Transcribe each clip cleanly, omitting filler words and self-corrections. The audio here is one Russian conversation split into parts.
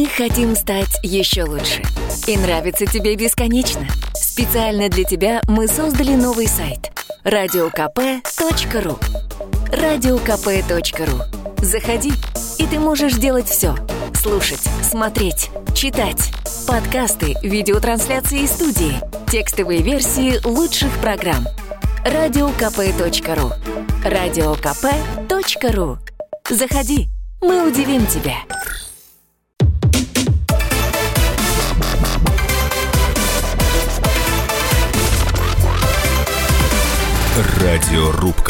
Мы хотим стать еще лучше. И нравится тебе бесконечно. Специально для тебя мы создали новый сайт – radiokp.ru. radiokp.ru. Заходи, и ты можешь делать все. Слушать, смотреть, читать. Подкасты, видеотрансляции из студии, текстовые версии лучших программ. radiokp.ru. radiokp.ru. Заходи, мы удивим тебя. Радиорубка.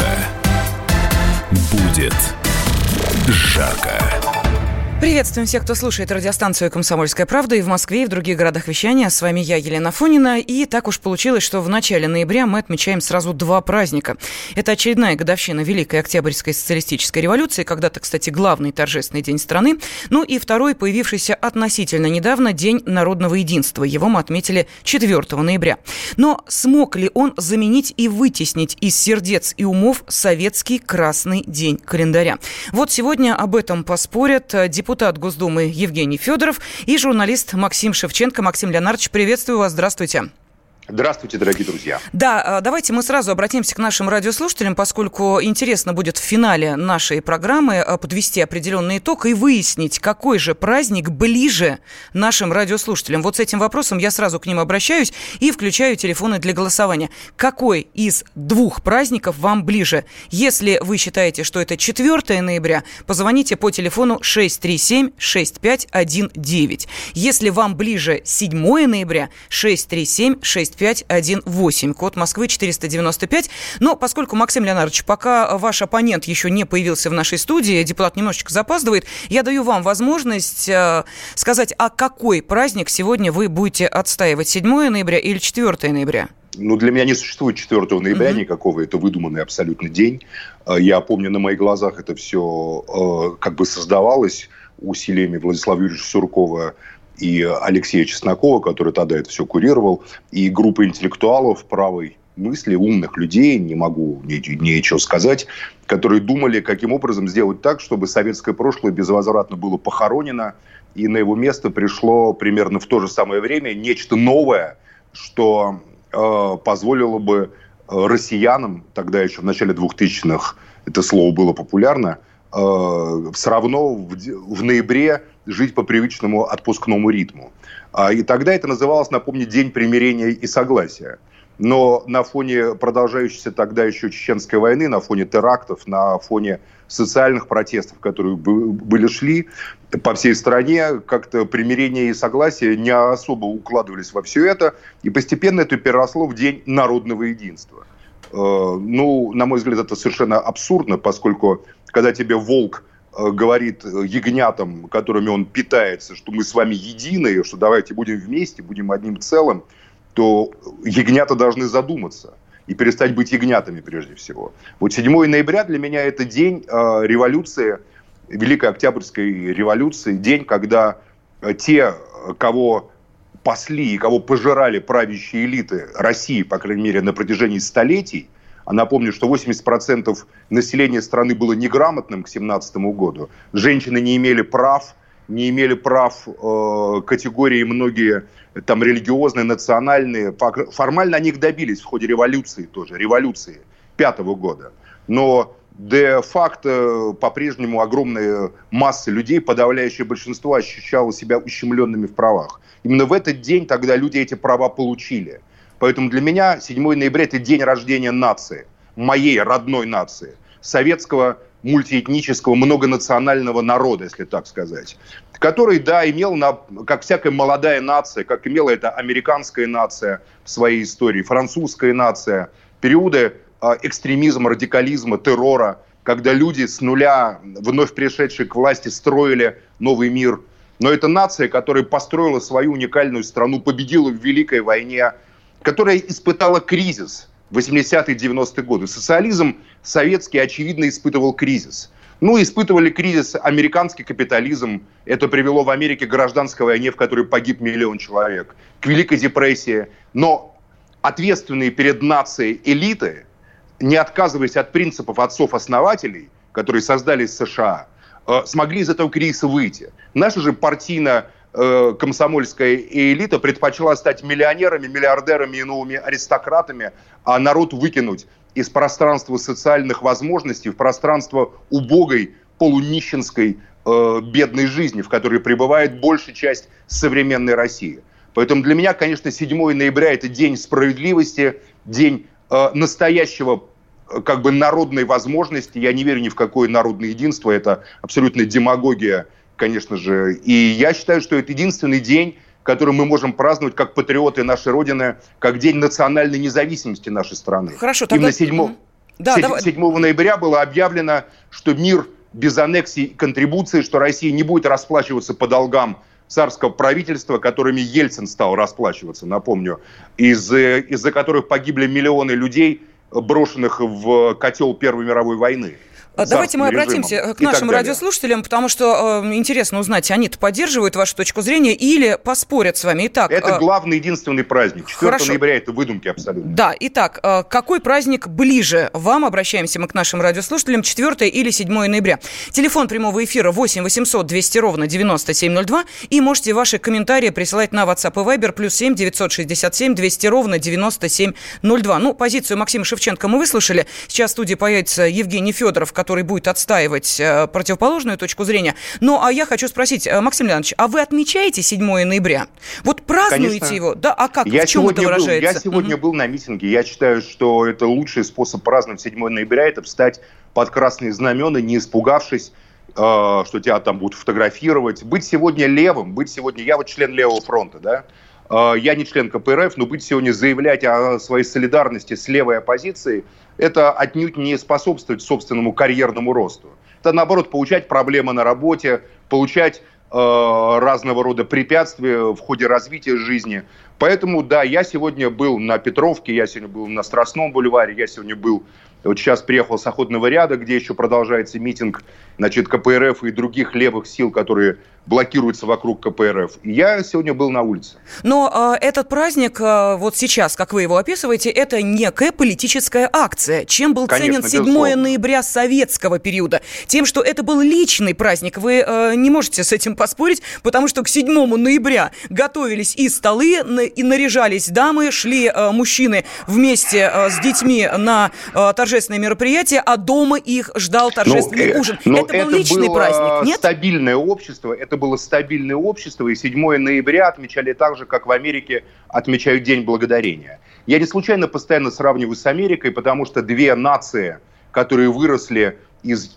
Будет жарко. Приветствуем всех, кто слушает радиостанцию «Комсомольская правда» и в Москве, и в других городах вещания. С вами я, Елена Афонина. И так уж получилось, что в начале ноября мы отмечаем сразу два праздника. Это очередная годовщина Великой Октябрьской социалистической революции, когда-то, кстати, главный торжественный день страны. Ну и второй, появившийся относительно недавно, День народного единства. Его мы отметили 4 ноября. Но смог ли он заменить и вытеснить из сердец и умов советский красный день календаря? Вот сегодня об этом поспорят депутат Госдумы Евгений Федоров и журналист Максим Шевченко. Максим Леонардович, приветствую вас. Здравствуйте. Здравствуйте, дорогие друзья. Да, давайте мы сразу обратимся к нашим радиослушателям, поскольку интересно будет в финале нашей программы подвести определенный итог и выяснить, какой же праздник ближе нашим радиослушателям. Вот с этим вопросом я сразу к ним обращаюсь и включаю телефоны для голосования. Какой из двух праздников вам ближе? Если вы считаете, что это 4 ноября, позвоните по телефону 637-6519. Если вам ближе 7 ноября, 637-6519. 5518, код Москвы 495. Но поскольку, Максим Леонардович, пока ваш оппонент еще не появился в нашей студии, депутат немножечко запаздывает, я даю вам возможность сказать, а какой праздник сегодня вы будете отстаивать, 7 ноября или 4 ноября? Ну, для меня не существует 4 ноября никакого, это выдуманный абсолютно день. Я помню, на моих глазах это все как бы создавалось усилиями Владислава Юрьевича Суркова и Алексея Чеснокова, который тогда это все курировал, и группа интеллектуалов правой мысли, умных людей, не могу ничего сказать, которые думали, каким образом сделать так, чтобы советское прошлое безвозвратно было похоронено, и на его место пришло примерно в то же самое время нечто новое, что позволило бы россиянам, тогда еще в начале 2000-х это слово было популярно, все равно в ноябре жить по привычному отпускному ритму. И тогда это называлось, напомню, День примирения и согласия. Но на фоне продолжающейся тогда еще Чеченской войны, на фоне терактов, на фоне социальных протестов, которые шли по всей стране, как-то примирение и согласие не особо укладывались во все это. И постепенно это переросло в День народного единства. Ну, на мой взгляд, это совершенно абсурдно, поскольку когда тебе волк говорит ягнятам, которыми он питается, что мы с вами едины, что давайте будем вместе, будем одним целым, то ягнята должны задуматься и перестать быть ягнятами прежде всего. Вот 7 ноября для меня это день революции, Великой Октябрьской революции, день, когда те, кого пасли и кого пожирали правящие элиты России, по крайней мере, на протяжении столетий, а напомню, что 80% населения страны было неграмотным к 1917 году. Женщины не имели прав категории многие там религиозные, национальные. Формально они их добились в ходе революции тоже, революции 5 года. Но де-факто по-прежнему огромная масса людей, подавляющее большинство, ощущало себя ущемленными в правах. Именно в этот день тогда люди эти права получили. Поэтому для меня 7 ноября – это день рождения нации, моей родной нации, советского мультиэтнического многонационального народа, если так сказать, который, да, имел, как всякая молодая нация, как имела это американская нация в своей истории, французская нация, периоды экстремизма, радикализма, террора, когда люди с нуля, вновь пришедшие к власти, строили новый мир. Но это нация, которая построила свою уникальную страну, победила в Великой войне, которая испытала кризис в 80-е, 90-е годы. Социализм советский, очевидно, испытывал кризис. Ну, испытывали кризис американский капитализм. Это привело в Америке к гражданской войне, в которой погиб 1 миллион человек. К Великой депрессии. Но ответственные перед нацией элиты, не отказываясь от принципов отцов-основателей, которые создали США, смогли из этого кризиса выйти. Наша же партийно комсомольская элита предпочла стать миллионерами, миллиардерами и новыми аристократами, а народ выкинуть из пространства социальных возможностей в пространство убогой, полунищенской, бедной жизни, в которой пребывает большая часть современной России. Поэтому для меня, конечно, 7 ноября – это день справедливости, день настоящего как бы народной возможности. Я не верю ни в какое народное единство, это абсолютно демагогия, конечно же. И я считаю, что это единственный день, который мы можем праздновать как патриоты нашей Родины, как день национальной независимости нашей страны. Хорошо, тогда... Именно 7 ноября было объявлено, что мир без аннексий и контрибуций, что Россия не будет расплачиваться по долгам царского правительства, которыми Ельцин стал расплачиваться, напомню, из-за которых погибли миллионы людей, брошенных в котел Первой мировой войны. Давайте мы обратимся к нашим радиослушателям, потому что интересно узнать, они-то поддерживают вашу точку зрения или поспорят с вами. Итак, это главный, единственный праздник. 4 ноября это выдумки абсолютно. Да, итак, какой праздник ближе вам? Обращаемся мы к нашим радиослушателям. 4 или 7 ноября. Телефон прямого эфира 8 800 200 ровно 9702. И можете ваши комментарии присылать на WhatsApp и Viber +7 967 200 ровно 9702. Ну, позицию Максима Шевченко мы выслушали. Сейчас в студии появится Евгений Федоров, который будет отстаивать противоположную точку зрения. Ну, а я хочу спросить, Максим Леонидович, а вы отмечаете 7 ноября? Вот празднуете Конечно. Его? Да, а как? В чем это выражается? Я сегодня был на митинге. Я считаю, что это лучший способ праздновать 7 ноября, это встать под красные знамена, не испугавшись, что тебя там будут фотографировать. Быть сегодня левым, я вот член Левого фронта, да? Я не член КПРФ, но быть сегодня заявлять о своей солидарности с левой оппозицией, это отнюдь не способствует собственному карьерному росту. Это, наоборот, получать проблемы на работе, получать разного рода препятствия в ходе развития жизни. Поэтому, да, я сегодня был на Петровке, я сегодня был на Страстном бульваре, я сегодня был, вот сейчас приехал с Охотного ряда, где еще продолжается митинг, значит, КПРФ и других левых сил, которые блокируются вокруг КПРФ. И я сегодня был на улице. Но этот праздник, вот сейчас, как вы его описываете, это некая политическая акция. Чем был ценен 7 ноября советского периода? Тем, что это был личный праздник. Вы не можете с этим поспорить, потому что к 7 ноября готовились и столы, и наряжались дамы, шли мужчины вместе с детьми на торжественное мероприятие, а дома их ждал торжественный ужин. Это был личный праздник, нет? Это было стабильное общество, и 7 ноября отмечали так же, как в Америке отмечают День Благодарения. Я не случайно постоянно сравниваю с Америкой, потому что две нации, которые выросли из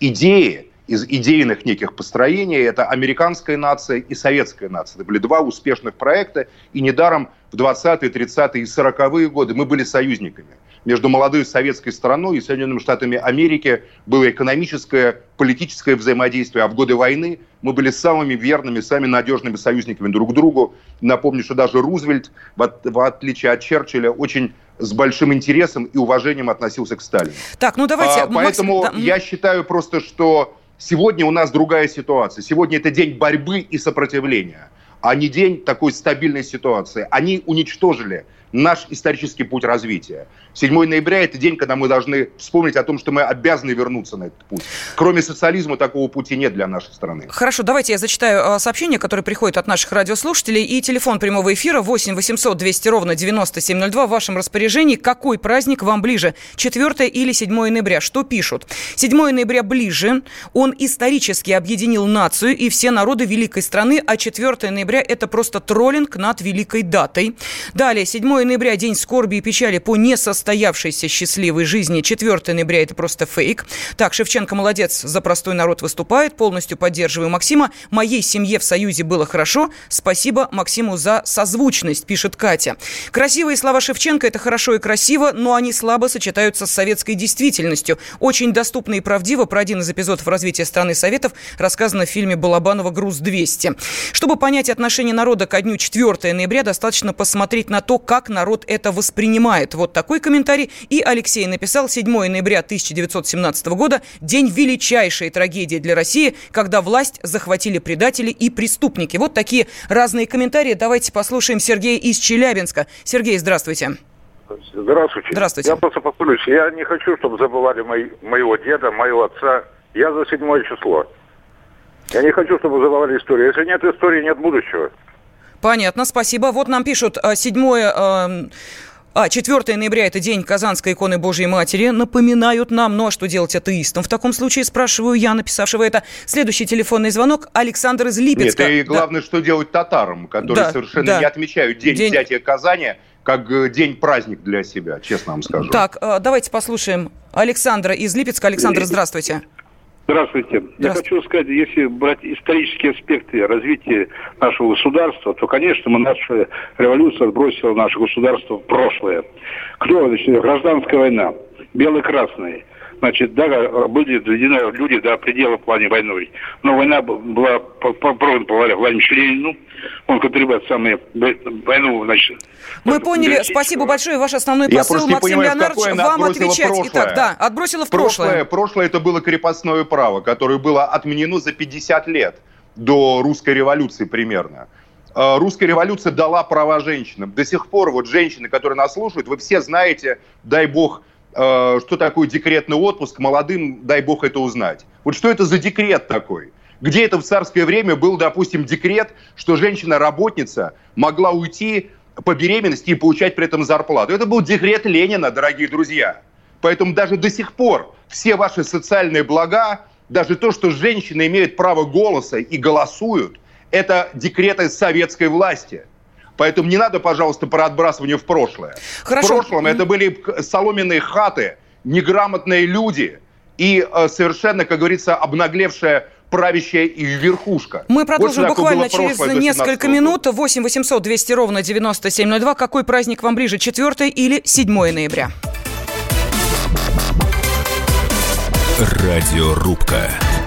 идейных неких построений, это американская нация и советская нация. Это были два успешных проекта, и недаром в 20-е, 30-е и 40-е годы мы были союзниками. Между молодой советской страной и Соединенными Штатами Америки было экономическое, политическое взаимодействие, а в годы войны мы были самыми верными, самыми надежными союзниками друг к другу. Напомню, что даже Рузвельт, в отличие от Черчилля, очень с большим интересом и уважением относился к Сталину. Так, ну давайте... Поэтому я считаю просто, что сегодня у нас другая ситуация. Сегодня это день борьбы и сопротивления, а не день такой стабильной ситуации. Они уничтожили наш исторический путь развития. 7 ноября – это день, когда мы должны вспомнить о том, что мы обязаны вернуться на этот путь. Кроме социализма такого пути нет для нашей страны. Хорошо, давайте я зачитаю сообщения, которые приходят от наших радиослушателей. И телефон прямого эфира 8 800 200 ровно 9702 в вашем распоряжении. Какой праздник вам ближе? 4 или 7 ноября? Что пишут? 7 ноября ближе. Он исторически объединил нацию и все народы великой страны, а 4 ноября – это просто троллинг над великой датой. Далее, 7 ноября – день скорби и печали по несостоявшейся счастливой жизни. 4 ноября – это просто фейк. Так, Шевченко молодец, за простой народ выступает. Полностью поддерживаю Максима. Моей семье в Союзе было хорошо. Спасибо Максиму за созвучность, пишет Катя. Красивые слова Шевченко – это хорошо и красиво, но они слабо сочетаются с советской действительностью. Очень доступно и правдиво про один из эпизодов развития страны Советов рассказано в фильме Балабанова «Груз-200». Чтобы понять отношение народа ко дню 4 ноября, достаточно посмотреть на то, как народ это воспринимает. Вот такой комментарий. И Алексей написал: 7 ноября 1917 года – день величайшей трагедии для России, когда власть захватили предатели и преступники. Вот такие разные комментарии. Давайте послушаем Сергея из Челябинска. Сергей, здравствуйте. Здравствуйте. Здравствуйте. Я просто повторюсь, я не хочу, чтобы забывали моего деда, моего отца. Я за 7 число. Я не хочу, чтобы забывали историю. Если нет истории, нет будущего. Понятно, спасибо. Вот нам пишут, 4 ноября – это день Казанской иконы Божьей Матери. Напоминают нам, ну а что делать атеистам? В таком случае, спрашиваю я, написавшего это. Следующий телефонный звонок. Александр из Липецка. Нет, и главное, что делать татарам, которые совершенно не отмечают день взятия Казани как день-праздник для себя, честно вам скажу. Так, давайте послушаем Александра из Липецка. Александр, здравствуйте. Здравствуйте. Я хочу сказать, если брать исторические аспекты развития нашего государства, то, конечно, наша революция отбросила наше государство в прошлое. Гражданская война, белый-красный. Значит, да, были доведены люди до предела в плане войны. Но война была проведена по Владимиру Ленину. Он контрибует войну, значит... Мы поняли. Спасибо большое. Ваш основной посыл, Максим Леонардович, вам отвечать. Итак, да, отбросила в прошлое. Прошлое это было крепостное право, которое было отменено за 50 лет до русской революции примерно. Русская революция дала права женщинам. До сих пор вот женщины, которые нас слушают, вы все знаете, дай бог, что такое декретный отпуск, молодым, дай бог, это узнать. Вот что это за декрет такой? Где это в царское время был, допустим, декрет, что женщина-работница могла уйти по беременности и получать при этом зарплату? Это был декрет Ленина, дорогие друзья. Поэтому даже до сих пор все ваши социальные блага, даже то, что женщины имеют право голоса и голосуют, это декреты советской власти. Поэтому не надо, пожалуйста, про отбрасывание в прошлое. Хорошо. В прошлом это были соломенные хаты, неграмотные люди и совершенно, как говорится, обнаглевшая правящая и верхушка. Мы продолжим буквально через несколько минут. 8 800 200 ровно 9702. Какой праздник вам ближе, 4 или 7 ноября? Радиорубка.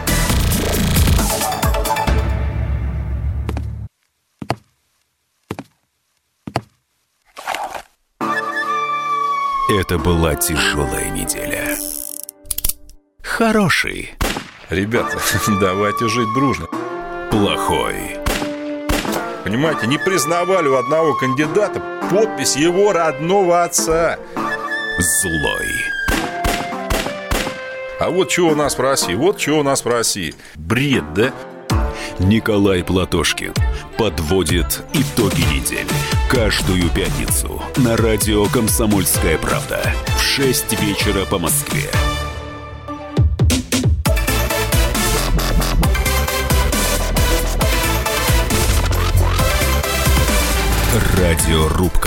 Это была тяжелая неделя. Хороший. Ребята, давайте жить дружно. Плохой. Понимаете, не признавали у одного кандидата подпись его родного отца. Злой. А вот что у нас в России, Бред, да? Николай Платошкин подводит итоги недели. Каждую пятницу на радио «Комсомольская правда» в 6 вечера по Москве. Радиорубка.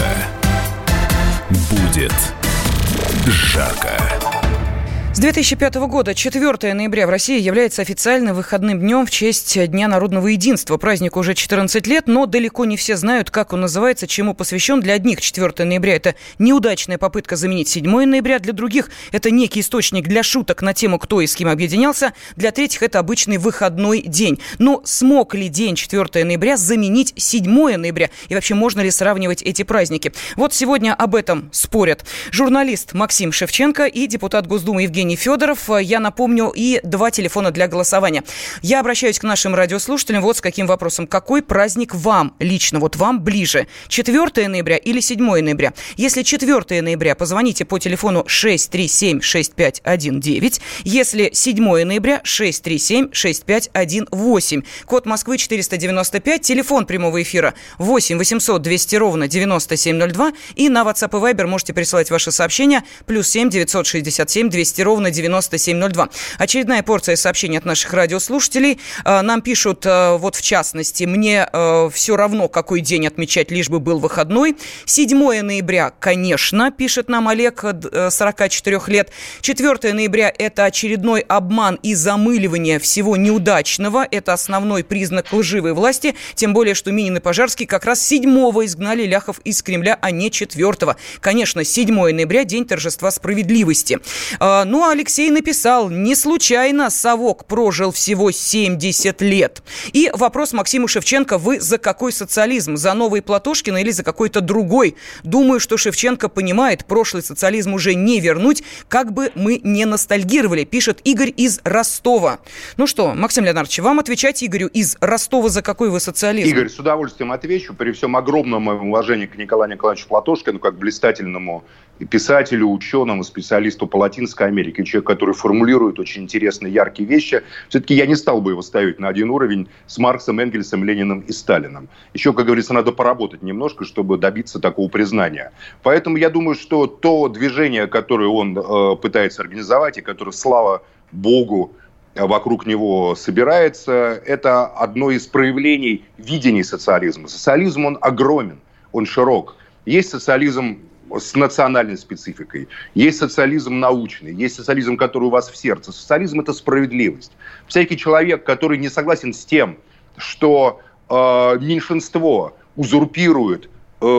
Будет жарко. С 2005 года 4 ноября в России является официальным выходным днем в честь Дня народного единства. Празднику уже 14 лет, но далеко не все знают, как он называется, чему посвящен. Для одних 4 ноября – это неудачная попытка заменить 7 ноября, для других – это некий источник для шуток на тему, кто и с кем объединялся, для третьих – это обычный выходной день. Но смог ли день 4 ноября заменить 7 ноября? И вообще, можно ли сравнивать эти праздники? Вот сегодня об этом спорят журналист Максим Шевченко и депутат Госдумы Евгений Федоров. Я напомню, и 2 телефона для голосования. Я обращаюсь к нашим радиослушателям вот с каким вопросом. Какой праздник вам лично, вот вам ближе? 4 ноября или 7 ноября? Если 4 ноября, позвоните по телефону 637-6519. Если 7 ноября, 637-6518. Код Москвы 495. Телефон прямого эфира 8 800 200 ровно 9702. И на WhatsApp и Viber можете присылать ваши сообщения. +7 967 200 ровно 9702. Очередная порция сообщений от наших радиослушателей. Нам пишут, вот в частности, мне все равно, какой день отмечать, лишь бы был выходной. 7 ноября, конечно, пишет нам Олег, 44 лет. 4 ноября – это очередной обман и замыливание всего неудачного. Это основной признак лживой власти. Тем более, что Минин и Пожарский как раз 7-го изгнали ляхов из Кремля, а не 4-го. Конечно, 7 ноября – день торжества справедливости. Ну, а Алексей написал, не случайно совок прожил всего 70 лет. И вопрос Максиму Шевченко, вы за какой социализм? За новый Платошкина или за какой-то другой? Думаю, что Шевченко понимает, прошлый социализм уже не вернуть, как бы мы не ностальгировали, пишет Игорь из Ростова. Ну что, Максим Леонардович, вам отвечать Игорю из Ростова, за какой вы социализм? Игорь, с удовольствием отвечу. При всем огромном моем уважении к Николаю Николаевичу Платошкину, как блистательному писателю, ученому, специалисту по Латинской Америке, человек, который формулирует очень интересные, яркие вещи. Все-таки я не стал бы его ставить на один уровень с Марксом, Энгельсом, Лениным и Сталиным. Еще, как говорится, надо поработать немножко, чтобы добиться такого признания. Поэтому я думаю, что то движение, которое он пытается организовать, и которое, слава богу, вокруг него собирается, это одно из проявлений видений социализма. Социализм, он огромен, он широк. Есть социализм с национальной спецификой, есть социализм научный, есть социализм, который у вас в сердце. Социализм – это справедливость. Всякий человек, который не согласен с тем, что меньшинство узурпирует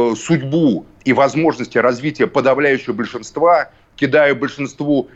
судьбу и возможности развития подавляющего большинства, кидая большинству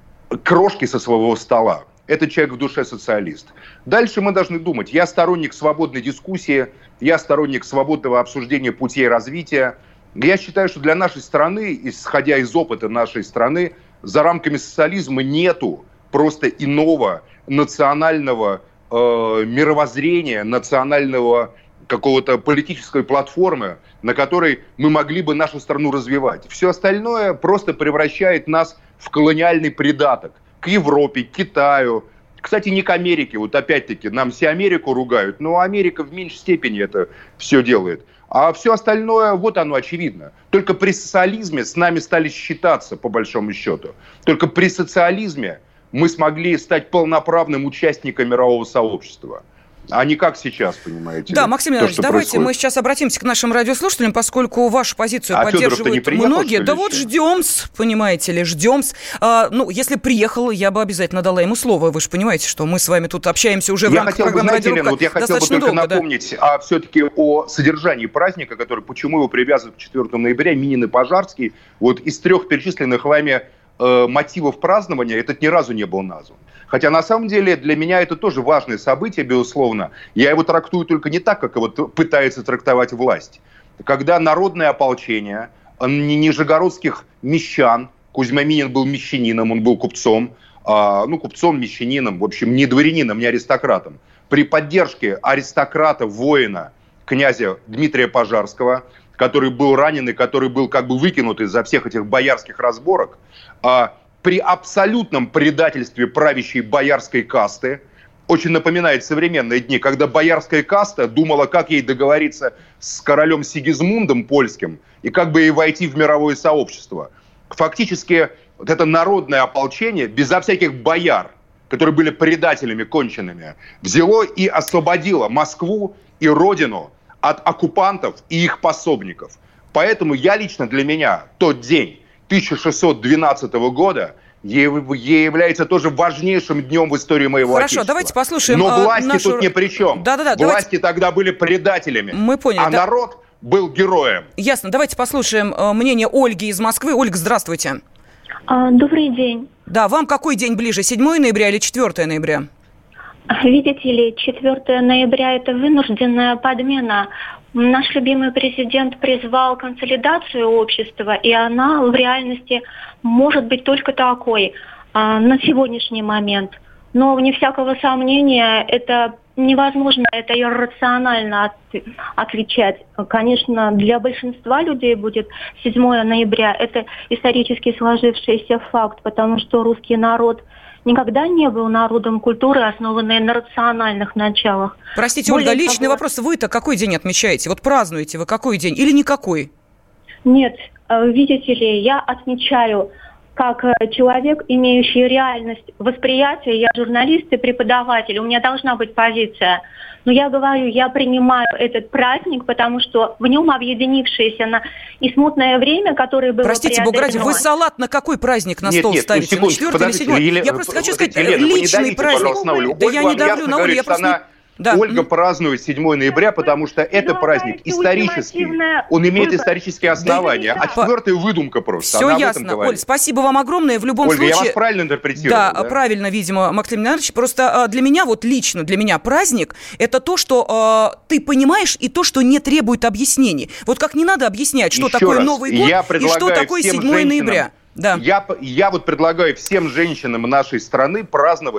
крошки со своего стола, этот человек в душе социалист. Дальше мы должны думать. Я сторонник свободной дискуссии, я сторонник свободного обсуждения путей развития. Я считаю, что для нашей страны, исходя из опыта нашей страны, за рамками социализма нету просто иного национального мировоззрения, национального какого-то политической платформы, на которой мы могли бы нашу страну развивать. Все остальное просто превращает нас в колониальный придаток к Европе, к Китаю. Кстати, не к Америке. Вот опять-таки, нам все Америку ругают, но Америка в меньшей степени это все делает. А все остальное, вот оно очевидно. Только при социализме с нами стали считаться, по большому счету. Только при социализме мы смогли стать полноправным участником мирового сообщества. А не как сейчас, понимаете? Да, Максим Леонидович, давайте происходит. Мы сейчас обратимся к нашим радиослушателям, поскольку вашу позицию поддерживают многие. Да вот ждем-с, понимаете ли, ждем-с. Если приехал, я бы обязательно дала ему слово. Вы же понимаете, что мы с вами тут общаемся уже в рамках программы «Радиорубка» я хотел бы только напомнить все-таки о содержании праздника, почему его привязывают к 4 ноября. Минин и Пожарский. Вот из 3 перечисленных вами мотивов празднования этот ни разу не был назван. Хотя, на самом деле, для меня это тоже важное событие, безусловно. Я его трактую только не так, как его пытается трактовать власть. Когда народное ополчение нижегородских мещан, Кузьма Минин был мещанином, он был купцом, купцом, мещанином, в общем, не дворянином, не аристократом, при поддержке аристократа, воина, князя Дмитрия Пожарского, который был ранен и который был как бы выкинут из-за всех этих боярских разборок, при абсолютном предательстве правящей боярской касты, очень напоминает современные дни, когда боярская каста думала, как ей договориться с королем Сигизмундом польским и как бы ей войти в мировое сообщество. Фактически вот это народное ополчение, безо всяких бояр, которые были предателями конченными, взяло и освободило Москву и родину от оккупантов и их пособников. Поэтому для меня тот день 1612 года является тоже важнейшим днем в истории моего Отечества. Хорошо, давайте послушаем. Но власти тут ни при чем. Власти тогда были предателями. Мы поняли. Народ был героем. Ясно. Давайте послушаем мнение Ольги из Москвы. Ольга, здравствуйте. Добрый день. Да, вам какой день ближе, 7 ноября или 4 ноября? Видите ли, 4 ноября – это вынужденная подмена. Наш любимый президент призвал консолидацию общества, и она в реальности может быть только такой на сегодняшний момент. Но вне всякого сомнения, это невозможно, это иррационально отличать. Конечно, для большинства людей будет 7 ноября. Это исторически сложившийся факт, потому что русский народ никогда не был народом культуры, основанной на рациональных началах. Простите, Ольга, личный вопрос. Вы-то какой день отмечаете? Вот празднуете вы какой день или никакой? Нет, видите ли, я отмечаю как человек, имеющий реальность восприятия. Я журналист и преподаватель, у меня должна быть позиция. Но я говорю, я принимаю этот праздник, потому что в нем объединившееся и смутное время, которое было Простите, Бога ради, вы салат на какой праздник на стол ставите? На 4 или 7? Я просто хочу сказать, личный праздник. Да я не давлю на Олю, я просто... Да. Ольга празднует 7 ноября, потому что это праздник исторический. Он имеет исторические основания. А 4-я выдумка просто. Все ясно. Оль, спасибо вам огромное. В любом случае... я вас правильно интерпретировал. Да, правильно, видимо, Максим Леонидович. Просто для меня, лично для меня праздник – это то, что ты понимаешь, и то, что не требует объяснений. Вот как не надо объяснять, что такое Новый год и что такое 7 ноября. Да. Я предлагаю всем женщинам нашей страны праздновать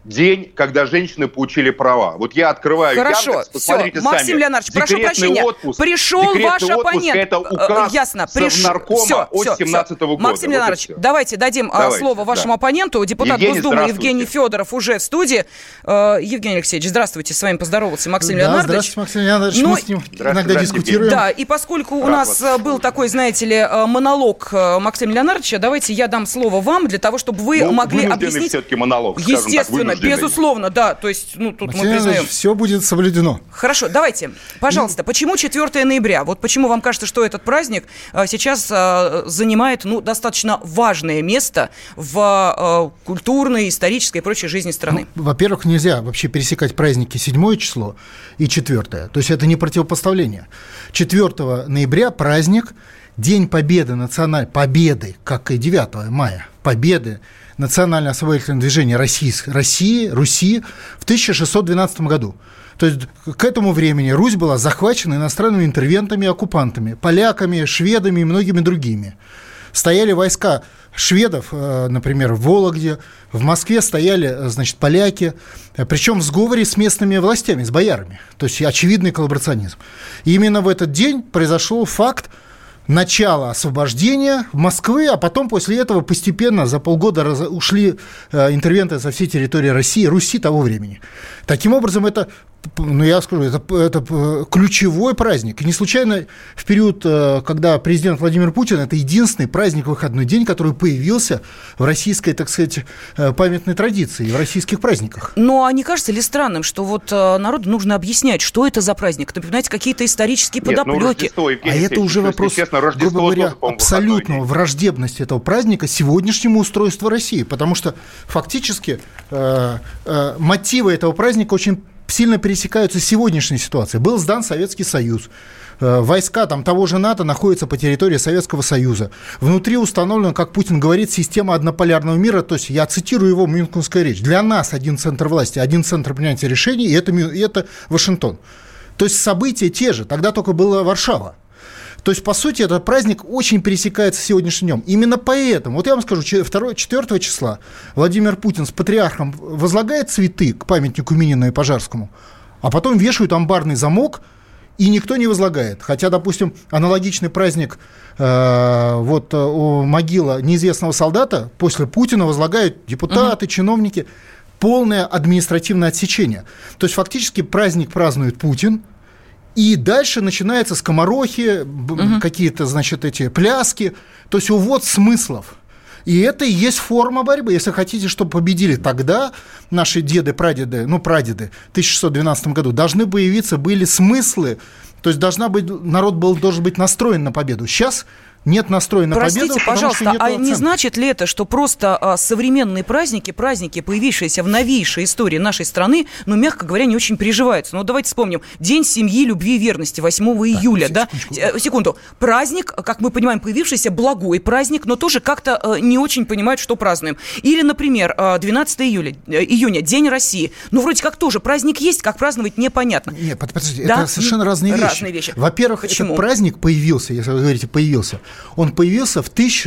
день, когда женщины получили права. Вот я открываю Яндекс, посмотрите сами. Максим Леонардович, прошу прощения. Пришел ваш оппонент. Это указ Совнаркома от 2017 года. Максим Леонардович, давайте дадим слово вашему оппоненту. Депутат Госдумы Евгений Федоров уже в студии. Евгений Алексеевич, здравствуйте. С вами поздоровался Максим Леонардович. Здравствуйте, Максим Леонардович. Мы с ним иногда дискутируем. Да, и поскольку у нас был такой, знаете ли, монолог Максима Леонардовича, давайте я дам слово вам для того, чтобы вы могли объяснить. Все-таки монолог, естественно, безусловно, да. То есть, тут Максим мы признаем. Все будет соблюдено. Хорошо, давайте, пожалуйста, почему 4 ноября? Вот почему вам кажется, что этот праздник сейчас занимает, достаточно важное место в культурной, исторической и прочей жизни страны? Во-первых, нельзя вообще пересекать праздники 7 число и 4. То есть это не противопоставление. 4 ноября праздник, День Победы, Победы, как и 9 мая, Победы Национально-освободительного движения Руси в 1612 году. То есть к этому времени Русь была захвачена иностранными интервентами и оккупантами, поляками, шведами и многими другими. Стояли войска шведов, например, в Вологде, в Москве стояли, поляки, причем в сговоре с местными властями, с боярами. То есть очевидный коллаборационизм. И именно в этот день произошел факт начала освобождения Москвы, а потом после этого постепенно за полгода ушли интервенты со всей территории России, Руси того времени. Таким образом, это, я скажу, это ключевой праздник. И не случайно в период, когда президент Владимир Путин, это единственный праздник, выходной день, который появился в российской, так сказать, памятной традиции, в российских праздниках. Ну, а не кажется ли странным, что вот народу нужно объяснять, что это за праздник? Напоминать какие-то исторические подоплеки. А это уже вопрос, грубо говоря, абсолютного враждебности этого праздника сегодняшнему устройству России. Потому что фактически мотивы этого праздника очень сильно пересекаются с сегодняшней ситуацией. Был сдан Советский Союз. Войска того же НАТО находятся по территории Советского Союза. Внутри установлена, как Путин говорит, система однополярного мира. То есть я цитирую его мюнхенскую речь. Для нас один центр власти, один центр принятия решений, и это Вашингтон. То есть события те же. Тогда только была Варшава. То есть, по сути, этот праздник очень пересекается с сегодняшним днем. Именно поэтому, вот я вам скажу, 4 числа Владимир Путин с патриархом возлагает цветы к памятнику Минину и Пожарскому, а потом вешают амбарный замок, и никто не возлагает. Хотя, допустим, аналогичный праздник у могилы неизвестного солдата после Путина возлагают депутаты, чиновники. Полное административное отсечение. То есть, фактически, праздник празднует Путин, и дальше начинаются скоморохи, какие-то, эти пляски, то есть увод смыслов. И это и есть форма борьбы. Если хотите, чтобы победили тогда наши деды, прадеды, прадеды в 1612 году, должны были смыслы, то есть народ должен быть настроен на победу. Сейчас нет настроя на победу. Простите, пожалуйста, а не значит ли это, что просто современные праздники, появившиеся в новейшей истории нашей страны, мягко говоря, не очень приживаются? Давайте вспомним. День семьи, любви и верности, 8 июля. Секунду. Праздник, как мы понимаем, появившийся благой праздник, но тоже как-то не очень понимают, что празднуем. Или, например, 12 июня, День России. Вроде как тоже праздник есть, как праздновать непонятно. Нет, подождите, это совершенно разные вещи. Во-первых, этот праздник появился, если вы говорите «появился», он появился в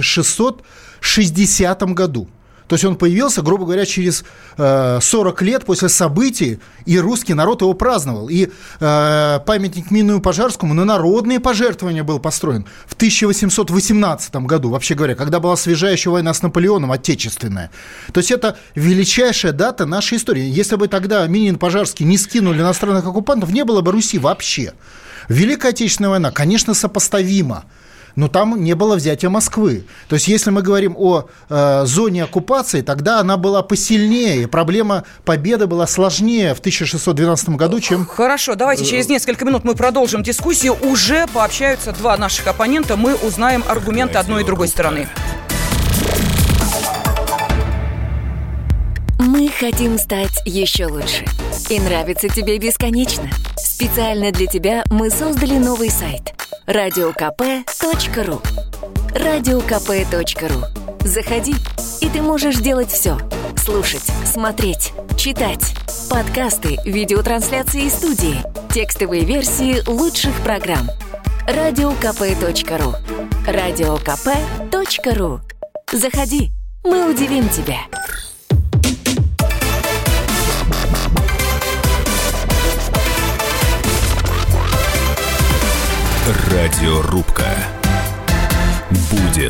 1660 году. То есть он появился, грубо говоря, через 40 лет после событий, и русский народ его праздновал. И памятник Минину и Пожарскому на народные пожертвования был построен в 1818 году, вообще говоря, когда была свежая война с Наполеоном, отечественная. То есть это величайшая дата нашей истории. Если бы тогда Минин и Пожарский не скинули иностранных оккупантов, не было бы Руси вообще. Великая Отечественная война, конечно, сопоставима. Но там не было взятия Москвы. То есть, если мы говорим о зоне оккупации, тогда она была посильнее, и проблема победы была сложнее в 1612 году, чем... Хорошо, давайте через несколько минут мы продолжим дискуссию. Уже пообщаются два наших оппонента, мы узнаем аргументы одной и другой стороны. Мы хотим стать еще лучше. И нравится тебе бесконечно. Специально для тебя мы создали новый сайт radiokp.ru. radiokp.ru. Заходи, и ты можешь делать все. Слушать, смотреть, читать. Подкасты, видеотрансляции из студии. Текстовые версии лучших программ. radiokp.ru. radiokp.ru. Заходи, мы удивим тебя. Радиорубка. Будет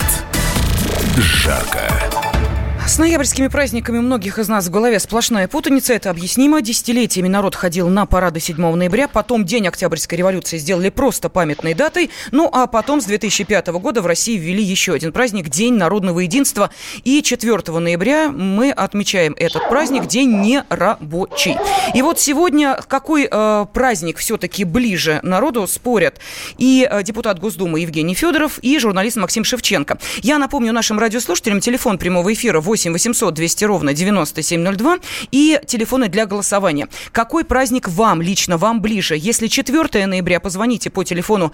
жарко. С ноябрьскими праздниками у многих из нас в голове сплошная путаница. Это объяснимо. Десятилетиями народ ходил на парады 7 ноября. Потом День Октябрьской революции сделали просто памятной датой. Ну, а потом с 2005 года в России ввели еще один праздник – День народного единства. И 4 ноября мы отмечаем этот праздник – День нерабочий. И вот сегодня какой праздник все-таки ближе народу, спорят и депутат Госдумы Евгений Федоров, и журналист Максим Шевченко. Я напомню нашим радиослушателям телефон прямого эфира 8 800 200 ровно 9702 и телефоны для голосования. Какой праздник лично вам ближе? Если 4 ноября, позвоните по телефону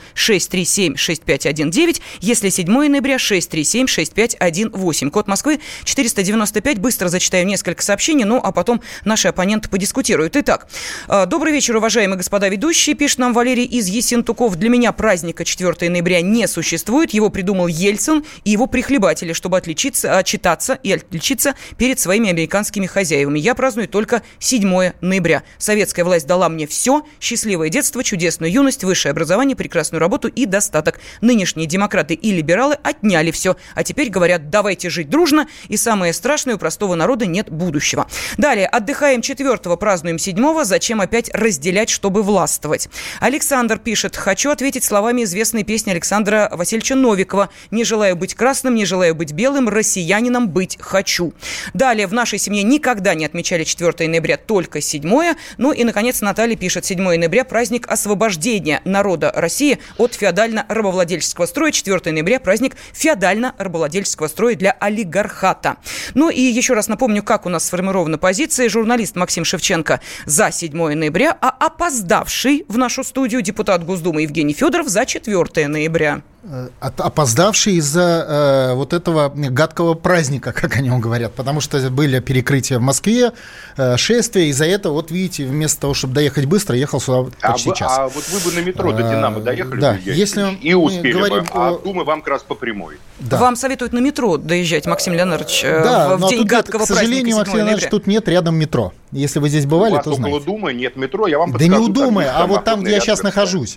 637-6519, если 7 ноября 637-6518. Код Москвы 495. Быстро зачитаю несколько сообщений, ну а потом наши оппоненты подискутируют. Итак, добрый вечер, уважаемые господа ведущие, пишет нам Валерий из Ессентуков. Для меня праздника 4 ноября не существует. Его придумал Ельцин и его прихлебатели, чтобы отчитаться перед своими американскими хозяевами. Я праздную только 7 ноября. Советская власть дала мне все: счастливое детство, чудесную юность, высшее образование, прекрасную работу и достаток. Нынешние демократы и либералы отняли все, а теперь говорят: давайте жить дружно, и самое страшное, у простого народа нет будущего. Далее, отдыхаем 4-го, празднуем 7-го, зачем опять разделять, чтобы властвовать? Александр пишет: хочу ответить словами известной песни Александра Васильевича Новикова: не желаю быть красным, не желаю быть белым, россиянином быть хочу. Далее, в нашей семье никогда не отмечали 4 ноября, только 7. Ну и, наконец, Наталья пишет: 7 ноября – праздник освобождения народа России от феодально-рабовладельческого строя. 4 ноября – праздник феодально-рабовладельческого строя для олигархата. Ну и еще раз напомню, как у нас сформирована позиция. Журналист Максим Шевченко за 7 ноября, а опоздавший в нашу студию депутат Госдумы Евгений Федоров за 4 ноября. Опоздавший из-за вот этого гадкого праздника, как о нем говорят, потому что были перекрытия в Москве, шествия, из-за этого, вот видите, вместо того, чтобы доехать быстро, ехал сюда почти час. А вот вы бы на метро до Динамо доехали? Да, если и успели бы, а Думы вам как раз по прямой. Да. Вам советуют на метро доезжать, Максим Леонардович, в день гадкого праздника 7 ноября. К сожалению, Максим Леонардович, тут нет рядом метро. Если вы здесь бывали, то знаете. У вас около Думы нет метро, я вам подскажу. Да не у Думы, а вот там, где я сейчас нахожусь.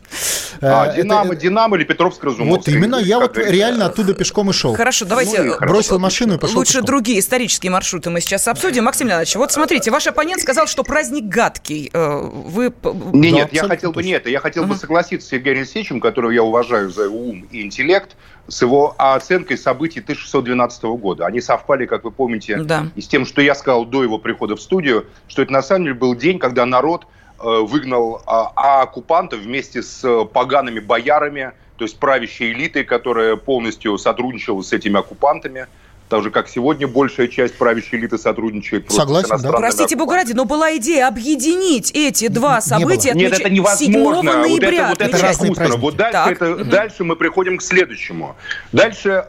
Динамо или Петровско-Разумовская. Вот именно, я вот реально оттуда пешком и шел. Хорошо, давайте бросил машину и пошел лучше пешком. Другие исторические маршруты мы сейчас обсудим. Максим Леонидович, вот смотрите, ваш оппонент сказал, что праздник гадкий. Вы... Нет, я хотел бы согласиться с Евгением Алексеевичем, которого я уважаю за ум и интеллект, с его оценкой событий 1612 года. Они совпали, как вы помните, и с тем, что я сказал до его прихода в студию, что это на самом деле был день, когда народ выгнал оккупантов вместе с погаными боярами, то есть правящей элитой, которая полностью сотрудничала с этими оккупантами. Так же, как сегодня большая часть правящей элиты сотрудничает просто с иностранными оккупантами. Простите, бога ради, но была идея объединить эти два события. Нет, это невозможно. 7 ноября вот это искусственно. Вот дальше мы приходим к следующему. Дальше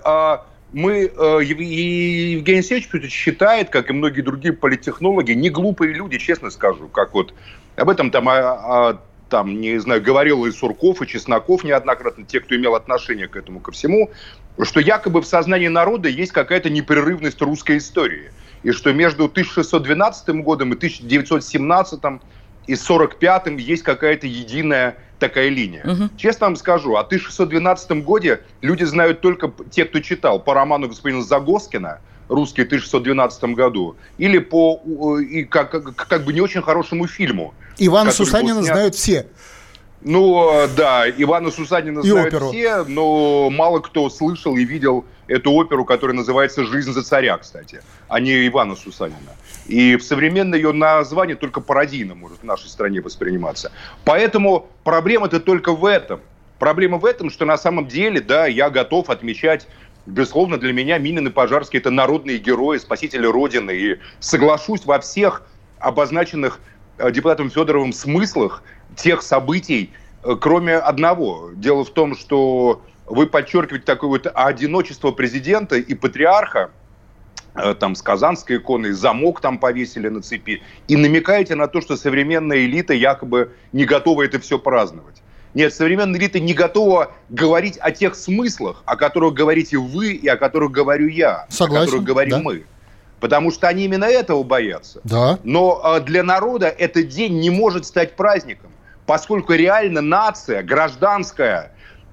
Евгений Алексеевич считает, как и многие другие политтехнологи, не глупые люди, честно скажу, как вот об этом не знаю, говорил и Сурков, и Чесноков неоднократно, те, кто имел отношение к этому, ко всему, что якобы в сознании народа есть какая-то непрерывность русской истории. И что между 1612 годом и 1917 и 1945 есть какая-то единая такая линия. Честно вам скажу, о 1612 годе люди знают только те, кто читал по роману господина Загоскина «Русский» в 1612 году, или по как бы не очень хорошему фильму. Ивана Сусанина знают все. Ну, да, Ивана Сусанина знают все, но мало кто слышал и видел эту оперу, которая называется «Жизнь за царя», кстати, а не Ивана Сусанина. И в современное ее название только пародийно может в нашей стране восприниматься. Поэтому проблема-то только в этом. Проблема в этом, что на самом деле, да, я готов отмечать, безусловно, для меня Минин и Пожарский – это народные герои, спасители Родины. И соглашусь во всех обозначенных депутатом Федоровым смыслах тех событий, кроме одного. Дело в том, что вы подчеркиваете такое вот одиночество президента и патриарха, там с казанской иконой, замок там повесили на цепи, и намекаете на то, что современная элита якобы не готова это все праздновать. Нет, современная элита не готова говорить о тех смыслах, о которых говорите вы и о которых говорю я, Согласен, о которых говорим мы. Потому что они именно этого боятся. Да. Но для народа этот день не может стать праздником, поскольку реально нация, гражданская,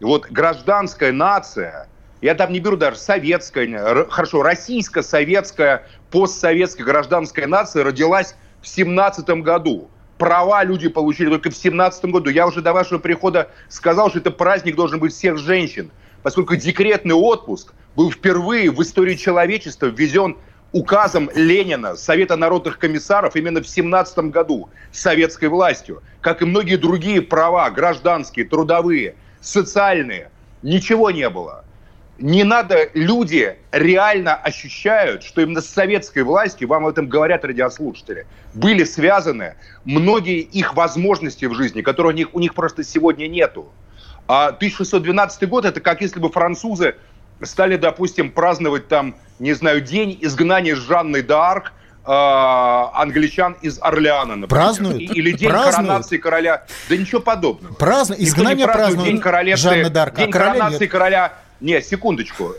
Вот гражданская нация, я там не беру даже советская, хорошо, российско-советская, постсоветская гражданская нация родилась в 17 году. Права люди получили только в 17 году. Я уже до вашего прихода сказал, что это праздник должен быть всех женщин, поскольку декретный отпуск был впервые в истории человечества введен указом Ленина, Совета народных комиссаров, именно в 17 году советской властью, как и многие другие права, гражданские, трудовые, социальные. Ничего не было. Не надо, люди реально ощущают, что именно с советской властью, вам об этом говорят радиослушатели, были связаны многие их возможности в жизни, которые у них просто сегодня нету. А 1612 год – это как если бы французы стали, допустим, праздновать там, не знаю, день изгнания Жанны д'Арк англичан из Орлеана, например. Празднуют? Или день коронации короля. Да ничего подобного. Изгнание празднуют день Жанны д'Арк, день коронации короля... Нет, секундочку.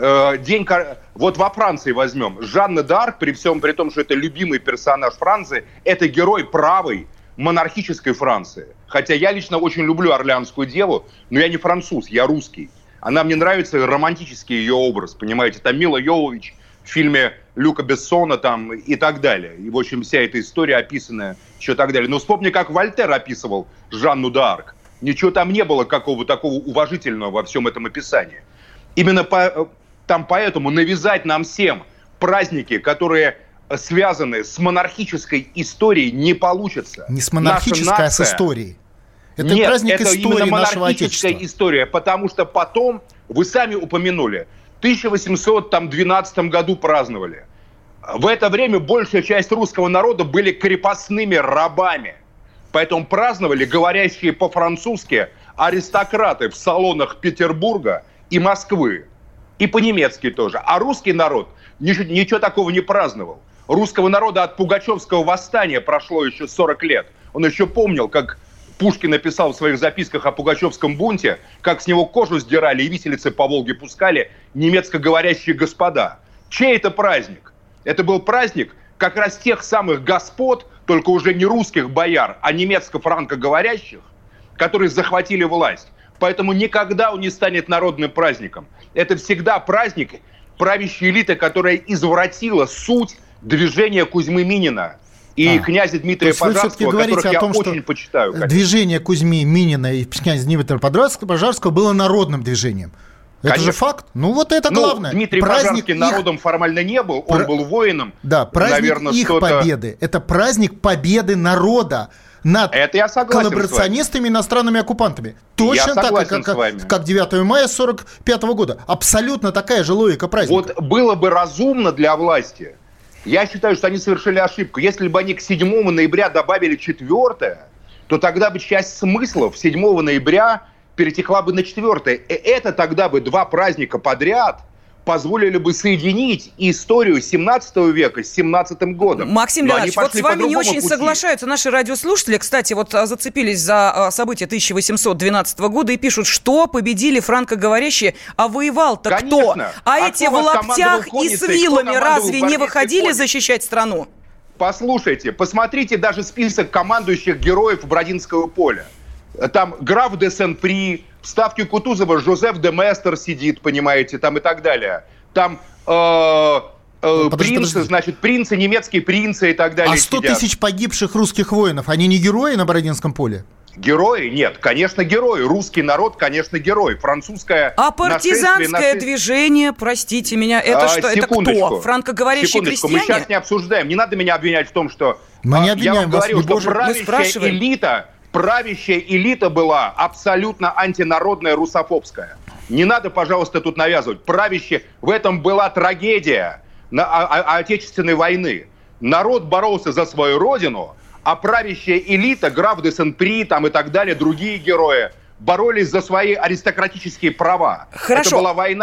Вот во Франции возьмем. Жанна д'Арк, при том, что это любимый персонаж Франции, это герой правой монархической Франции. Хотя я лично очень люблю Орлеанскую деву, но я не француз, я русский. Она мне нравится, романтический ее образ, понимаете. Там Мила Йовович в фильме Люка Бессона там и так далее. И, в общем, вся эта история описанная, еще так далее. Но вспомни, как Вольтер описывал Жанну д'Арк. Ничего там не было какого такого уважительного во всем этом описании. Именно поэтому навязать нам всем праздники, которые связаны с монархической историей, не получится. Не с монархической, а с историей. Это Нет, праздник это истории именно нашего монархическая Отечества. история, потому что потом, вы сами упомянули, в 1812 году праздновали. В это время большая часть русского народа были крепостными рабами. Поэтому праздновали говорящие по-французски аристократы в салонах Петербурга и Москвы. И по-немецки тоже. А русский народ ничего такого не праздновал. Русского народа от Пугачевского восстания прошло еще 40 лет. Он еще помнил, как Пушкин написал в своих записках о Пугачевском бунте, как с него кожу сдирали и виселицы по Волге пускали немецкоговорящие господа. Чей это праздник? Это был праздник как раз тех самых господ, только уже не русских бояр, а немецко-франкоговорящих, которые захватили власть. Поэтому никогда он не станет народным праздником. Это всегда праздник правящей элиты, которая извратила суть движения Кузьмы Минина и князя Дмитрия Пожарского, которых я очень почитаю. Движение Кузьмы Минина и князя Дмитрия Пожарского было народным движением. Это Конечно. Же факт. Ну, вот это главное. Дмитрий Пожарский народом формально не был, он был воином. Да, праздник их победы. Это праздник победы народа над коллаборационистами, иностранными оккупантами. Точно так, как 9 мая 1945 года. Абсолютно такая же логика праздника. Вот было бы разумно для власти, я считаю, что они совершили ошибку. Если бы они к 7 ноября добавили 4, то тогда бы часть смыслов 7 ноября перетекла бы на 4. И это тогда бы 2 праздника подряд позволили бы соединить историю 17 века с 17 годом. Максим Леонидович, вот с вами не очень соглашаются наши радиослушатели. Кстати, вот зацепились за события 1812 года и пишут, что победили франкоговорящие, а воевал-то кто? А эти в лаптях и с вилами разве не выходили защищать страну? Послушайте, посмотрите даже список командующих героев Бородинского поля. Там граф де Сен-При, в ставке Кутузова Жозеф де Местер сидит, понимаете, там и так далее. Там принцы, значит, принцы, немецкие принцы и так далее. А 100 тысяч погибших русских воинов, они не герои на Бородинском поле? Герои? Нет, конечно, герои. Русский народ, конечно, герой. Французское А партизанское движение, простите меня, это что? Это кто? Франкоговорящие крестьяне? Мы сейчас не обсуждаем. Не надо меня обвинять в том, что... Мы не обвиняем вас, я вам говорю, что правящая элита была абсолютно антинародная, русофобская. Не надо, пожалуйста, тут навязывать. В этом была трагедия Отечественной войны. Народ боролся за свою родину, а правящая элита, граф де Сен-При там и так далее, другие герои, боролись за свои аристократические права. Хорошо. Это была война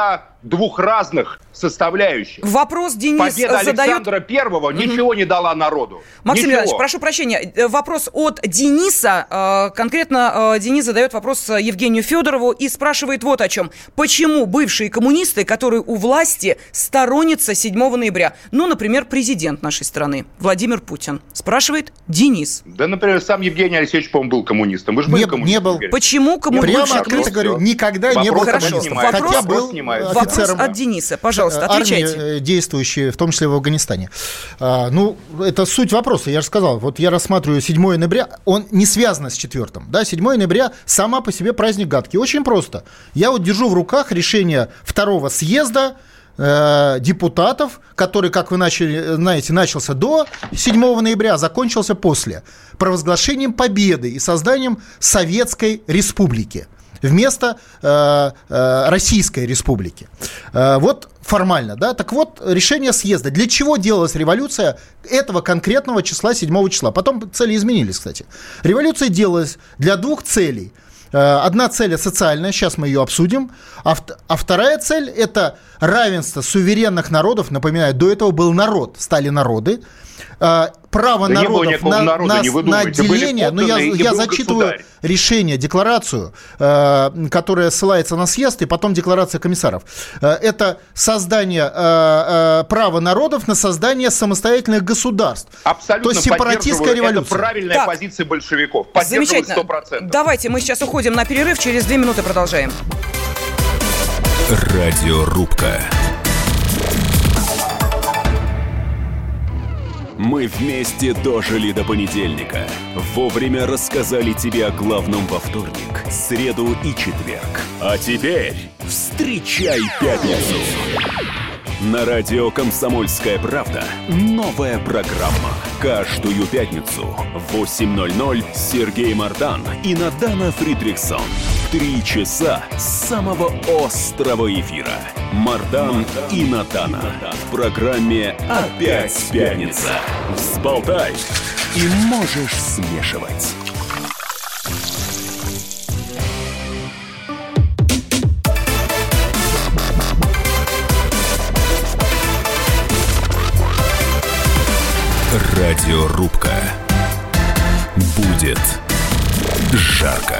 двух разных составляющих. Вопрос Денис Победа Александра Первого ничего не дала народу. Максим Леонидович, прошу прощения. Вопрос от Дениса. Конкретно Денис задает вопрос Евгению Федорову и спрашивает вот о чем. Почему бывшие коммунисты, которые у власти, сторонятся 7 ноября? Ну, например, президент нашей страны Владимир Путин. Спрашивает Денис. Да, например, сам Евгений Алексеевич, по-моему, был коммунистом. Вы же были коммунистом. Не был. Почему коммунист? Прямо открыто говорю, никогда не был коммунистом. Хотя был офицером. Вопрос от Дениса. Пожалуйста, отвечайте. Армии, действующие, в том числе в Афганистане. Это суть вопроса, я же сказал. Вот я рассматриваю 7 ноября, он не связан с 4-м. Да, 7 ноября сама по себе праздник гадкий. Очень просто. Я вот держу в руках решение 2-го съезда депутатов, который, как вы знаете, начался до 7 ноября, а закончился после, провозглашением победы и созданием Советской Республики вместо Российской Республики. Вот формально, да. Так вот, решение съезда. Для чего делалась революция этого конкретного числа, 7 числа? Потом цели изменились, кстати. Революция делалась для двух целей. Одна цель социальная, сейчас мы ее обсудим, а вторая цель – это равенство суверенных народов. Напоминаю, до этого был народ, стали народы. Право народов на деление, но я зачитываю решение, декларацию, которая ссылается на съезд, и потом декларация комиссаров. Это создание права народов на создание самостоятельных государств. Абсолютно. То есть сепаратистская революция. Это правильная позиция большевиков. Поддерживаю 100%. Давайте мы сейчас уходим на перерыв, через 2 минуты продолжаем. Радиорубка. Мы вместе дожили до понедельника. Вовремя рассказали тебе о главном во вторник, среду и четверг. А теперь встречай пятницу. На радио «Комсомольская правда» новая программа. Каждую пятницу в 8:00 Сергей Мардан и Надана Фридрихсон. 3 часа самого острого эфира. Мардан и Надана. В программе «Опять пятница». Взболтай и можешь смешивать. Радиорубка. Будет жарко.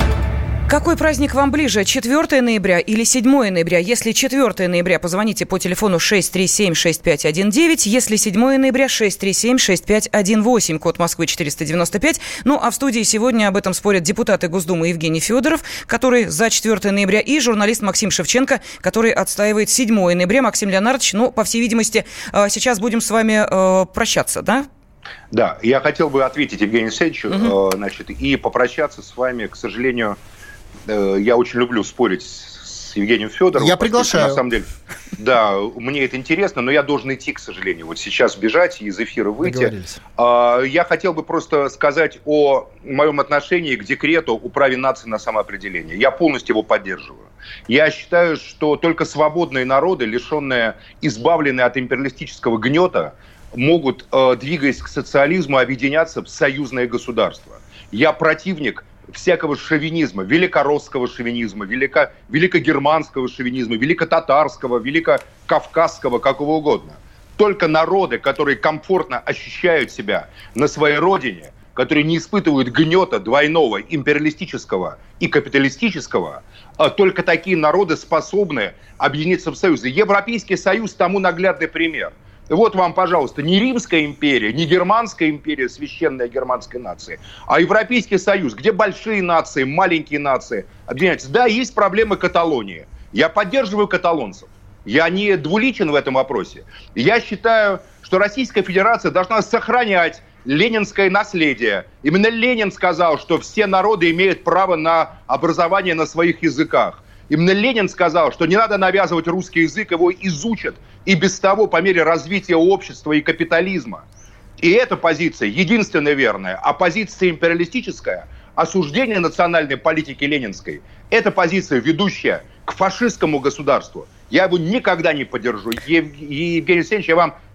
Какой праздник вам ближе, 4 ноября или 7 ноября? Если 4 ноября, позвоните по телефону 637-6519. Если 7 ноября, 637-6518, код Москвы 495. Ну, а в студии сегодня об этом спорят депутаты Госдумы Евгений Федоров, который за 4 ноября, и журналист Максим Шевченко, который отстаивает 7 ноября. Максим Леонардович, ну, по всей видимости, сейчас будем с вами прощаться, да? Да, я хотел бы ответить Евгению Алексеевичу, и попрощаться с вами, к сожалению. Я очень люблю спорить с Евгением Федоровым. Я приглашаю. На самом деле, да, мне это интересно, но я должен идти, к сожалению. Вот сейчас бежать и из эфира выйти. Я хотел бы просто сказать о моем отношении к декрету о праве нации на самоопределение. Я полностью его поддерживаю. Я считаю, что только свободные народы, избавленные от империалистического гнета, могут, двигаясь к социализму, объединяться в союзное государство. Я противник всякого шовинизма, великоросского шовинизма, великогерманского шовинизма, великотатарского, великокавказского, какого угодно. Только народы, которые комфортно ощущают себя на своей родине, которые не испытывают гнета двойного, империалистического и капиталистического, только такие народы способны объединиться в союзы. Европейский союз тому наглядный пример. Вот вам, пожалуйста, не Римская империя, не Германская империя, священная германской нации, а Европейский союз, где большие нации, маленькие нации объединяются. Да, есть проблемы Каталонии. Я поддерживаю каталонцев. Я не двуличен в этом вопросе. Я считаю, что Российская Федерация должна сохранять ленинское наследие. Именно Ленин сказал, что все народы имеют право на образование на своих языках. Именно Ленин сказал, что не надо навязывать русский язык, его изучат и без того по мере развития общества и капитализма. И эта позиция единственная верная. А позиция империалистическая, осуждение национальной политики ленинской, это позиция, ведущая к фашистскому государству. Я его никогда не поддержу. Евгений Алексеевич, я вам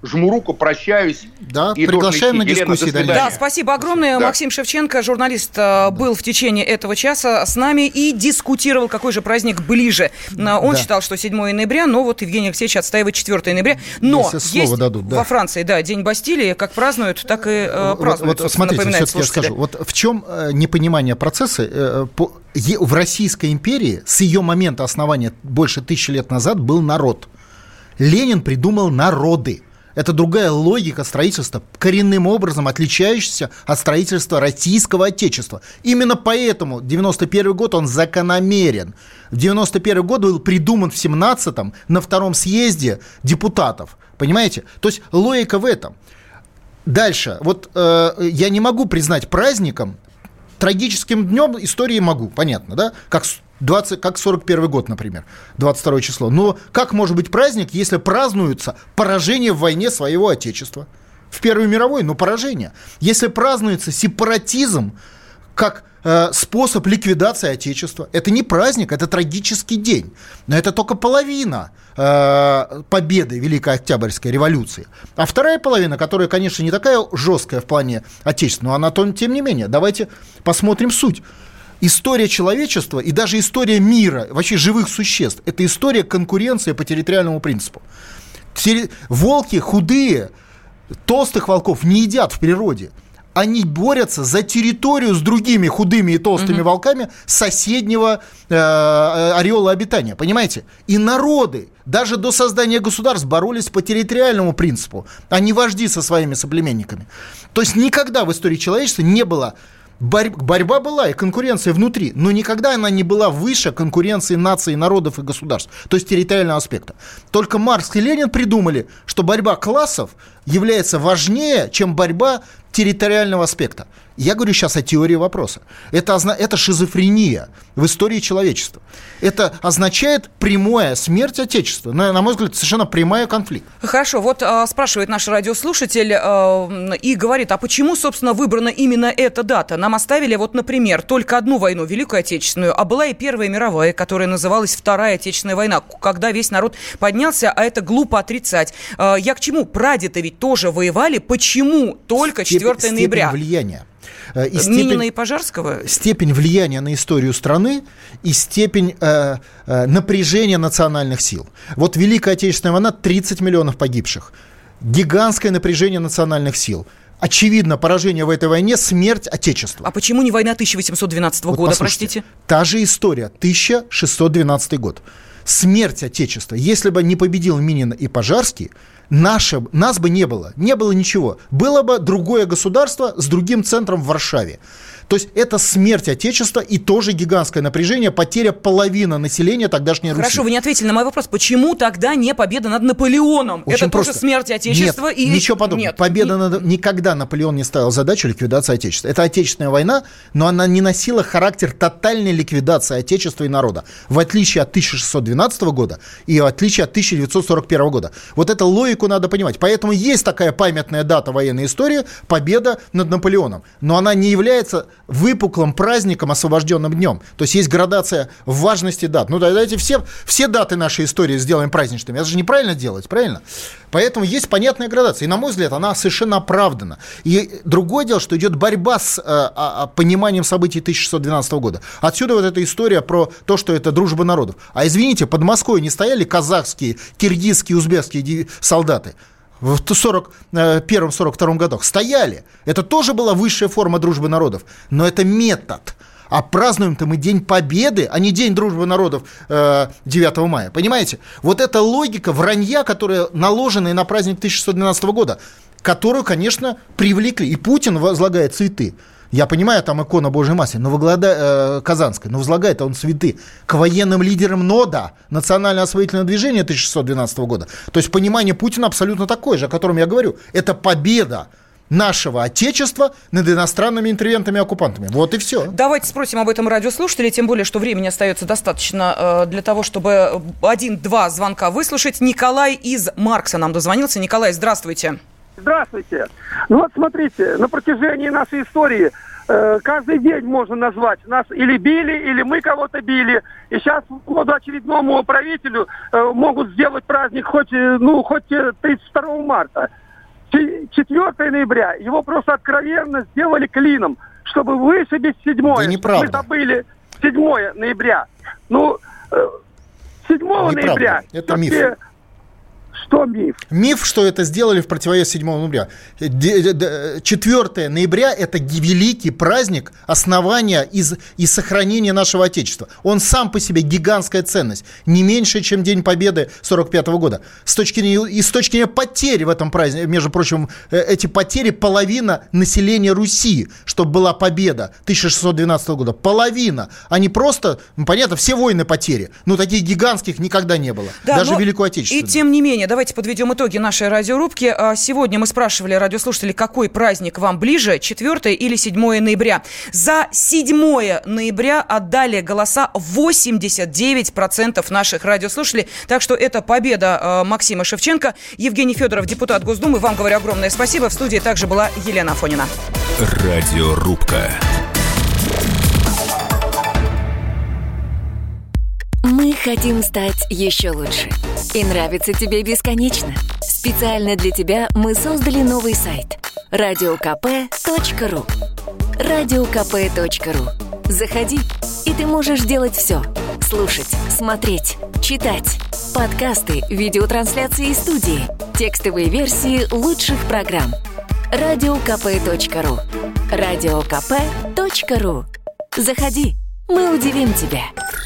жму руку, прощаюсь. Да, приглашаем на дискуссии. Да, спасибо огромное. Да. Максим Шевченко, журналист, был в течение этого часа с нами и дискутировал, какой же праздник ближе. Он считал, что 7 ноября, но вот Евгений Алексеевич отстаивает 4 ноября. Но есть во Франции, День Бастилии, как празднуют, так и празднуют. Вот смотрите, все-таки я скажу, вот в чем непонимание процесса. В Российской империи с ее момента основания больше 1000 лет назад был народ. Ленин придумал народы. Это другая логика строительства, коренным образом отличающаяся от строительства российского отечества. Именно поэтому 91 год, он закономерен. В 91 год был придуман в 17-м на 2-м съезде депутатов. Понимаете? То есть логика в этом. Дальше. Вот я не могу признать праздником, трагическим днем истории могу, понятно, да? Как 41 год, например, 22 число. Но как может быть праздник, если празднуется поражение в войне своего отечества? В Первой мировой, поражение. Если празднуется сепаратизм как способ ликвидации отечества, это не праздник, это трагический день. Но это только половина победы Великой Октябрьской революции. А вторая половина, которая, конечно, не такая жесткая в плане отечества, но она, тем не менее, давайте посмотрим суть. История человечества и даже история мира, вообще живых существ, это история конкуренции по территориальному принципу. Волки худые, толстых волков не едят в природе. Они борются за территорию с другими худыми и толстыми волками соседнего ореола обитания, понимаете? И народы даже до создания государств боролись по территориальному принципу, а не вожди со своими соплеменниками. То есть никогда в истории человечества не было... Борьба была и конкуренция внутри, но никогда она не была выше конкуренции наций, народов и государств, то есть территориального аспекта. Только Маркс и Ленин придумали, что борьба классов является важнее, чем борьба территориального аспекта. Я говорю сейчас о теории вопроса. Это шизофрения в истории человечества. Это означает прямая смерть Отечества. На мой взгляд, совершенно прямая конфликт. Хорошо, вот спрашивает наш радиослушатель и говорит, а почему, собственно, выбрана именно эта дата? Нам оставили, вот, например, только одну войну, Великую Отечественную, а была и Первая мировая, которая называлась Вторая Отечественная война, когда весь народ поднялся, а это глупо отрицать. Я к чему? Прадеды ведь тоже воевали. Почему только 4 ноября? Степень влияния. Минина и Пожарского? Степень влияния на историю страны и степень напряжения национальных сил. Вот Великая Отечественная война, 30 миллионов погибших. Гигантское напряжение национальных сил. Очевидно, поражение в этой войне – смерть Отечества. А почему не война 1812 года, простите? Та же история, 1612 год. Смерть Отечества. Если бы не победил Минин и Пожарский, нас бы не было ничего. Было бы другое государство с другим центром в Варшаве. То есть это смерть Отечества и тоже гигантское напряжение, потеря половины населения тогдашней Руси. Хорошо, вы не ответили на мой вопрос. Почему тогда не победа над Наполеоном? Очень это просто смерть Отечества? Нет, ничего подобного. Никогда Наполеон не ставил задачу ликвидации Отечества. Это Отечественная война, но она не носила характер тотальной ликвидации Отечества и народа. В отличие от 1612 года и в отличие от 1941 года. Вот эту логику надо понимать. Поэтому есть такая памятная дата военной истории – победа над Наполеоном. Но она не является выпуклым праздником, освобожденным днем. То есть есть градация в важности дат. Давайте все даты нашей истории сделаем праздничными. Это же неправильно делать, правильно? Поэтому есть понятная градация. И, на мой взгляд, она совершенно оправдана. И другое дело, что идет борьба с пониманием событий 1612 года. Отсюда вот эта история про то, что это дружба народов. А извините, под Москвой не стояли казахские, киргизские, узбекские солдаты? В 1941-1942 годах стояли. Это тоже была высшая форма дружбы народов. Но это метод. А празднуем-то мы День Победы, а не День дружбы народов 9 мая. Понимаете? Вот эта логика вранья, которая наложена и на праздник 1612 года, которую, конечно, привлекли. И Путин возлагает цветы. Я понимаю, там икона Божьей Матери, Казанской, но возлагает он цветы к военным лидерам НОДА, Национальное освободительное движение 1612 года. То есть понимание Путина абсолютно такое же, о котором я говорю. Это победа нашего Отечества над иностранными интервентами-оккупантами. Вот и все. Давайте спросим об этом радиослушателей, тем более, что времени остается достаточно для того, чтобы 1-2 звонка выслушать. Николай из Маркса нам дозвонился. Николай, здравствуйте. Здравствуйте. Вот смотрите, на протяжении нашей истории каждый день можно назвать. Нас или били, или мы кого-то били. И сейчас в году очередному правителю могут сделать праздник хоть 32 марта. 4 ноября его просто откровенно сделали клином, чтобы вышибить 7-е. Да неправда. Мы забыли 7 ноября. 7 ноября. Это миф. Что миф? Миф, что это сделали в противовес 7 ноября. 4 ноября – это великий праздник основания и сохранения нашего Отечества. Он сам по себе гигантская ценность. Не меньше, чем День Победы 1945 года. С точки зрения потерь в этом празднике, между прочим, эти потери – половина населения Руси, чтобы была победа 1612 года. Половина. А не просто, понятно, все войны потери. Но таких гигантских никогда не было. Да, даже Великую Отечественную. И тем не менее, давайте подведем итоги нашей радиорубки. Сегодня мы спрашивали радиослушателей, какой праздник вам ближе, 4 или 7 ноября. За 7 ноября отдали голоса 89% наших радиослушателей. Так что это победа Максима Шевченко. Евгений Федоров, депутат Госдумы. Вам говорю огромное спасибо. В студии также была Елена Афонина. Радиорубка. Мы хотим стать еще лучше. И нравится тебе бесконечно. Специально для тебя мы создали новый сайт radiokp.ru. radiokp.ru. Заходи, и ты можешь делать все. Слушать, смотреть, читать. Подкасты, видеотрансляции из студии, текстовые версии лучших программ. radiokp.ru. radiokp.ru. Заходи, мы удивим тебя.